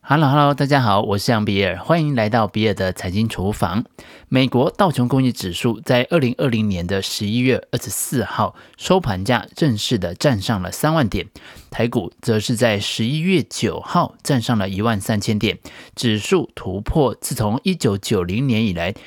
Hello，大家好，我是杨比尔，欢迎来到比尔的财经厨房。美国道琼工业指数在2020年的11月24号收盘价正式的站上了3万点，台股则是在11月9号站上了13000点，指数突破自从1990年以来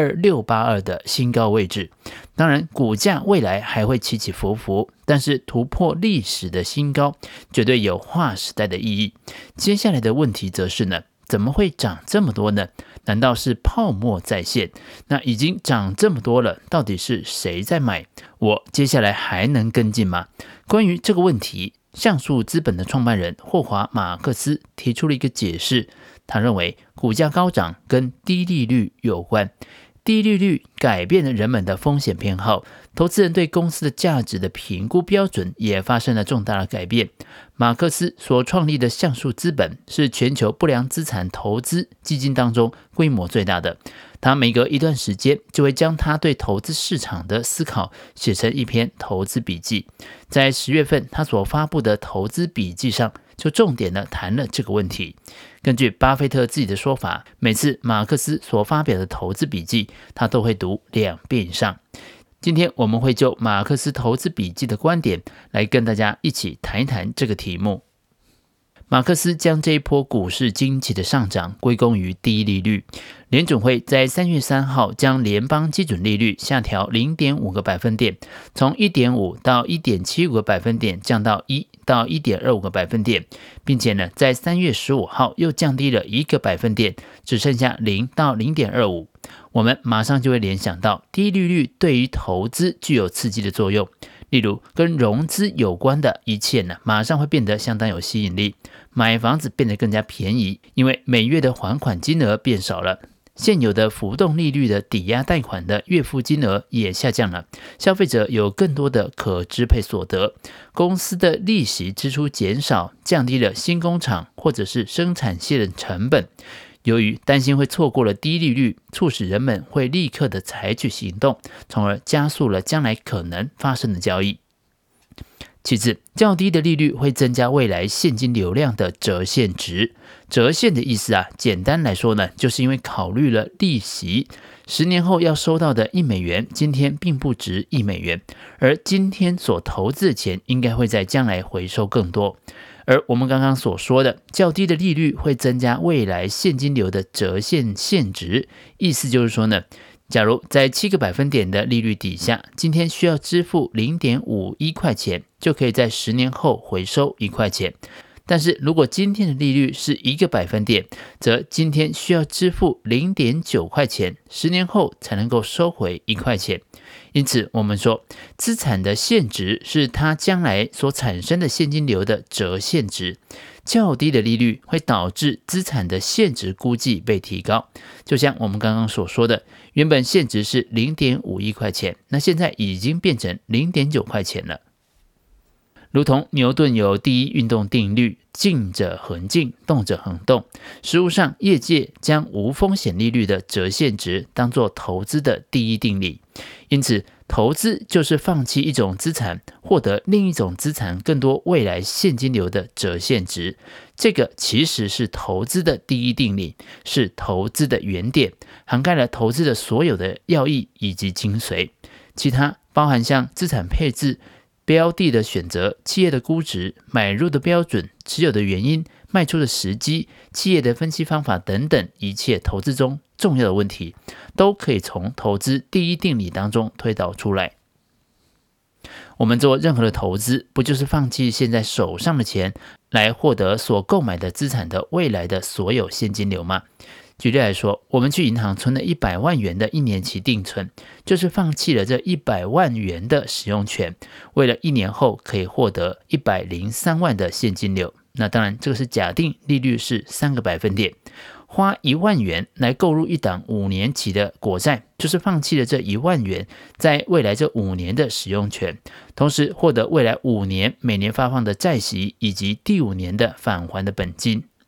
12682的新高位置。当然，股价未来还会起起伏伏，但是突破历史的新高，绝对有划时代的意义。接下来的问题则是呢，怎么会涨这么多呢？难道是泡沫再现？那已经涨这么多了，到底是谁在买？我接下来还能跟进吗？关于这个问题，橡树资本的创办人霍华·马克思提出了一个解释，他认为股价高涨跟低利率有关。低利率改变了人们的风险偏好，投资人对公司的价值的评估标准也发生了重大的改变。马克思所创立的橡树资本是全球不良资产投资基金当中规模最大的，他每隔一段时间就会将他对投资市场的思考写成一篇投资笔记。在10月份他所发布的投资笔记上，就重点的谈了这个问题。根据巴菲特自己的说法，每次马克思所发表的投资笔记，他都会读2遍以上。今天我们会就马克思投资笔记的观点来跟大家一起谈一谈这个题目。马克思将这一波股市惊奇的上涨归功于低利率。联准会在3月3号将联邦基准利率下调 0.5 个百分点，从 1.5 到 1.75 个百分点降到1到 1.25 个百分点，并且呢，在3月15号又降低了1个百分点，只剩下0到 0.25。我们马上就会联想到低利率对于投资具有刺激的作用，例如跟融资有关的一切呢，马上会变得相当有吸引力，买房子变得更加便宜，因为每月的还款金额变少了。现有的浮动利率的抵押贷款的月付金额也下降了，消费者有更多的可支配所得，公司的利息支出减少，降低了新工厂或者是生产线的成本。由于担心会错过了低利率，促使人们会立刻的采取行动，从而加速了将来可能发生的交易。其次，较低的利率会增加未来现金流量的折现值。折现的意思简单来说呢，就是因为考虑了利息，10年后要收到的$1，今天并不值$1，而今天所投资的钱应该会在将来回收更多。而我们刚刚所说的较低的利率会增加未来现金流的折现现值，意思就是说呢，假如在7个百分点的利率底下，今天需要支付 0.51 块钱，就可以在10年后回收1块钱。但是如果今天的利率是1个百分点，则今天需要支付 0.9 块钱，10年后才能够收回1块钱。因此我们说，资产的现值是它将来所产生的现金流的折现值。较低的利率会导致资产的现值估计被提高，就像我们刚刚所说的，原本现值是 0.51 块钱，那现在已经变成 0.9 块钱了。如同牛顿有第一运动定律，静者恒静，动者恒动。实务上，业界将无风险利率的折现值当作投资的第一定理。因此，投资就是放弃一种资产，获得另一种资产更多未来现金流的折现值。这个其实是投资的第一定理，是投资的原点，涵盖了投资的所有的要义以及精髓。其他包含像资产配置、标的的选择、企业的估值、买入的标准、持有的原因、卖出的时机、企业的分析方法等等，一切投资中重要的问题，都可以从投资第一定理当中推导出来。我们做任何的投资，不就是放弃现在手上的钱，来获得所购买的资产的未来的所有现金流吗？举例来说，我们去银行存了100万元的1年期定存，就是放弃了这100万元的使用权，为了1年后可以获得103万的现金流。那当然，这个是假定利率是3个百分点。花1万元来购入一档5年期的国债，就是放弃了这1万元在未来这5年的使用权，同时获得未来5年每年发放的债息以及第5年的返还的本金。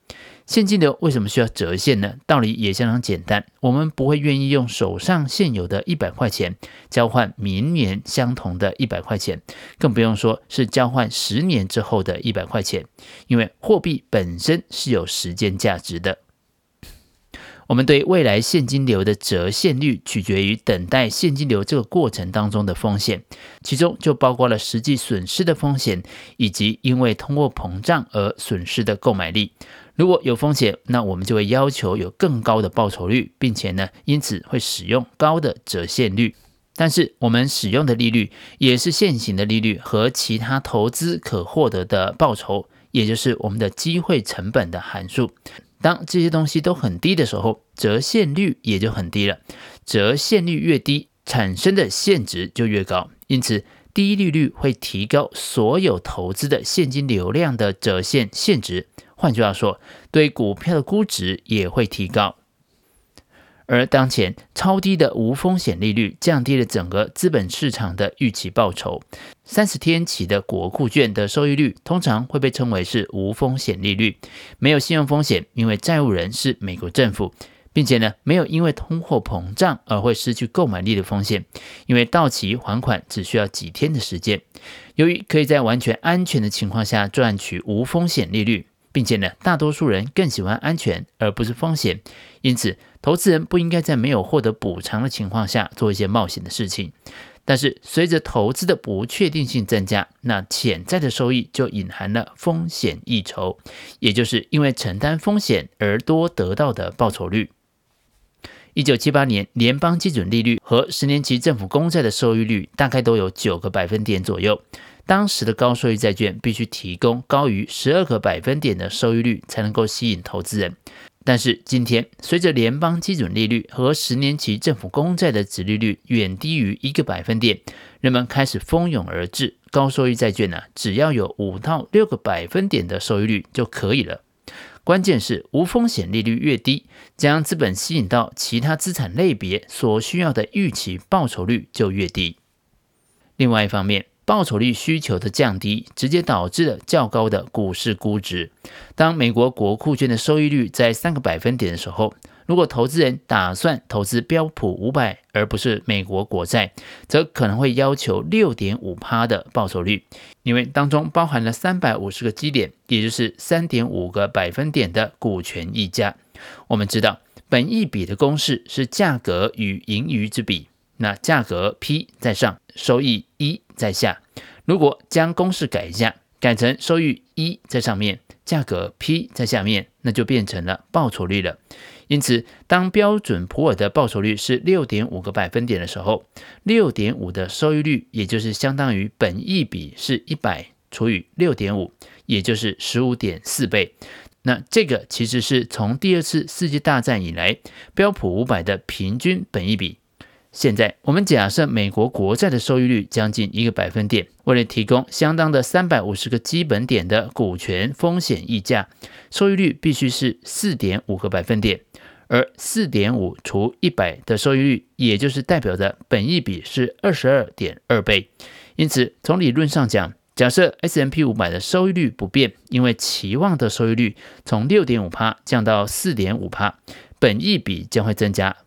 现金流为什么需要折现呢？道理也相当简单，我们不会愿意用手上现有的100块钱交换明年相同的100块钱，更不用说是交换10年之后的100块钱，因为货币本身是有时间价值的。我们对未来现金流的折现率取决于等待现金流这个过程当中的风险，其中就包括了实际损失的风险，以及因为通货膨胀而损失的购买力。如果有风险，那我们就会要求有更高的报酬率，并且呢，因此会使用高的折现率。但是我们使用的利率也是现行的利率和其他投资可获得的报酬，也就是我们的机会成本的函数。当这些东西都很低的时候，折现率也就很低了。折现率越低，产生的现值就越高，因此低利率会提高所有投资的现金流量的折现现值。换句话说，对股票的估值也会提高。而当前超低的无风险利率降低了整个资本市场的预期报酬。30天期的国库券的收益率通常会被称为是无风险利率，没有信用风险，因为债务人是美国政府，并且呢，没有因为通货膨胀而会失去购买力的风险，因为到期还款只需要几天的时间。由于可以在完全安全的情况下赚取无风险利率，并且呢，大多数人更喜欢安全而不是风险，因此投资人不应该在没有获得补偿的情况下做一些冒险的事情。但是随着投资的不确定性增加，那潜在的收益就隐含了风险溢酬，也就是因为承担风险而多得到的报酬率。1978年联邦基准利率和10年期政府公债的收益率大概都有9个百分点左右，当时的高收益债券必须提供高于12个百分点的收益率才能够吸引投资人。但是今天，随着联邦基准利率和10年期政府公债的殖利率远低于1个百分点，人们开始蜂拥而至，高收益债券只要有5到6个百分点的收益率就可以了。关键是无风险利率越低，将资本吸引到其他资产类别所需要的预期报酬率就越低。另外一方面，报酬率需求的降低，直接导致了较高的股市估值。当美国国库券的收益率在3个百分点的时候，如果投资人打算投资标普500而不是美国国债，则可能会要求 6.5% 的报酬率，因为当中包含了350个基点，也就是 3.5 个百分点的股权溢价。我们知道本益比的公式是价格与盈余之比，那价格 P 在上，收益 E 在下。如果将公式改一下，改成收益 E 在上面，价格 P 在下面，那就变成了报酬率了。因此，当标准普尔的报酬率是 6.5 个百分点的时候， 6.5 的收益率也就是相当于本益比是100除以 6.5， 也就是 15.4 倍。那这个其实是从第2次世界大战以来标普500的平均本益比。现在我们假设美国国债的收益率将近1个百分点，为了提供相当的350个基本点的股权风险溢价，收益率必须是 4.5 个百分点，而 4.5 除100的收益率，也就是代表着本益比是 22.2 倍。因此从理论上讲，假设 S&P 500的收益率不变，因为期望的收益率从 6.5% 降到 4.5%， 本益比将会增加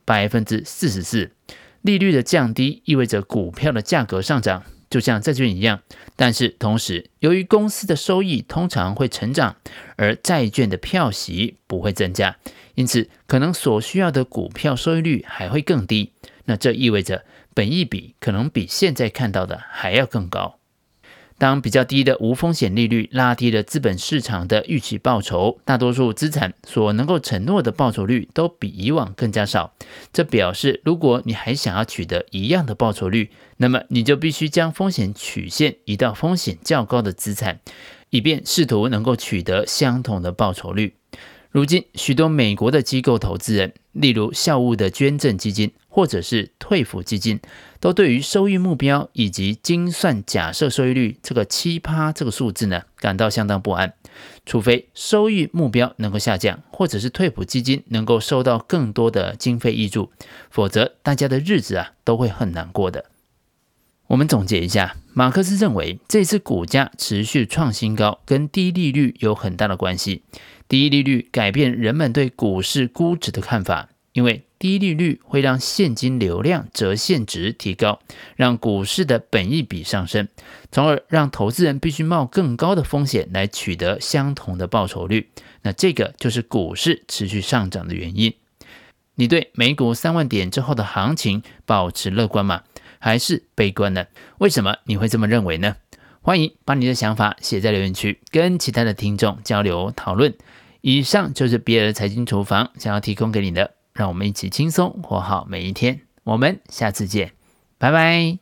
44%。利率的降低意味着股票的价格上涨，就像债券一样，但是同时由于公司的收益通常会成长，而债券的票息不会增加，因此可能所需要的股票收益率还会更低。那这意味着本益比可能比现在看到的还要更高。当比较低的无风险利率拉低了资本市场的预期报酬，大多数资产所能够承诺的报酬率都比以往更加少。这表示如果你还想要取得一样的报酬率，那么你就必须将风险曲线移到风险较高的资产，以便试图能够取得相同的报酬率。如今许多美国的机构投资人，例如校务的捐赠基金或者是退抚基金，都对于收益目标以及精算假设收益率这个 7% 这个数字感到相当不安。除非收益目标能够下降，或者是退抚基金能够收到更多的经费挹注，否则大家的日子都会很难过的。我们总结一下，马克思认为这次股价持续创新高跟低利率有很大的关系。 低利率改变人们对股市估值的看法，因为低利率会让现金流量折现值提高，让股市的本益比上升，从而让投资人必须冒更高的风险来取得相同的报酬率。那这个就是股市持续上涨的原因。你对美股3万点之后的行情保持乐观吗？还是悲观呢？为什么你会这么认为呢？欢迎把你的想法写在留言区，跟其他的听众交流讨论。以上就是比尔的财经厨房想要提供给你的，让我们一起轻松活好每一天。我们下次见，拜拜。